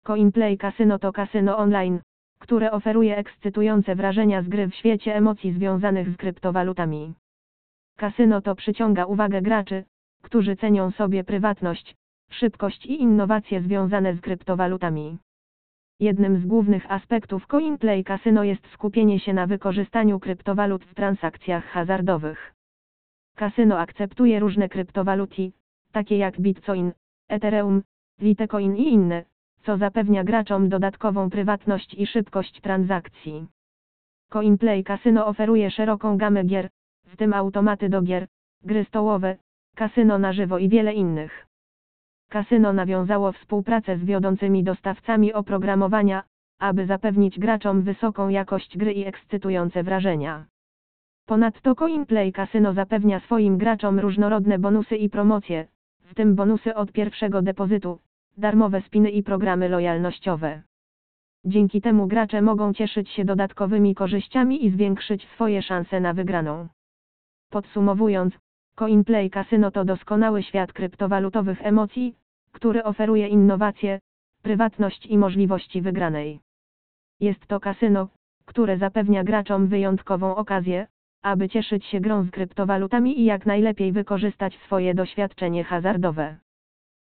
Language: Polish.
Coinplay Casino to kasyno online, które oferuje ekscytujące wrażenia z gry w świecie emocji związanych z kryptowalutami. Kasyno to przyciąga uwagę graczy, którzy cenią sobie prywatność, szybkość i innowacje związane z kryptowalutami. Jednym z głównych aspektów Coinplay Casino jest skupienie się na wykorzystaniu kryptowalut w transakcjach hazardowych. Kasyno akceptuje różne kryptowaluty, takie jak Bitcoin, Ethereum, Litecoin i inne, co zapewnia graczom dodatkową prywatność i szybkość transakcji. Coinplay Casino oferuje szeroką gamę gier, w tym automaty do gier, gry stołowe, kasyno na żywo i wiele innych. Kasyno nawiązało współpracę z wiodącymi dostawcami oprogramowania, aby zapewnić graczom wysoką jakość gry i ekscytujące wrażenia. Ponadto Coinplay Casino zapewnia swoim graczom różnorodne bonusy i promocje, w tym bonusy od pierwszego depozytu, darmowe spiny i programy lojalnościowe. Dzięki temu gracze mogą cieszyć się dodatkowymi korzyściami i zwiększyć swoje szanse na wygraną. Podsumowując, Coinplay Casino to doskonały świat kryptowalutowych emocji, który oferuje innowacje, prywatność i możliwości wygranej. Jest to kasyno, które zapewnia graczom wyjątkową okazję, aby cieszyć się grą z kryptowalutami i jak najlepiej wykorzystać swoje doświadczenie hazardowe.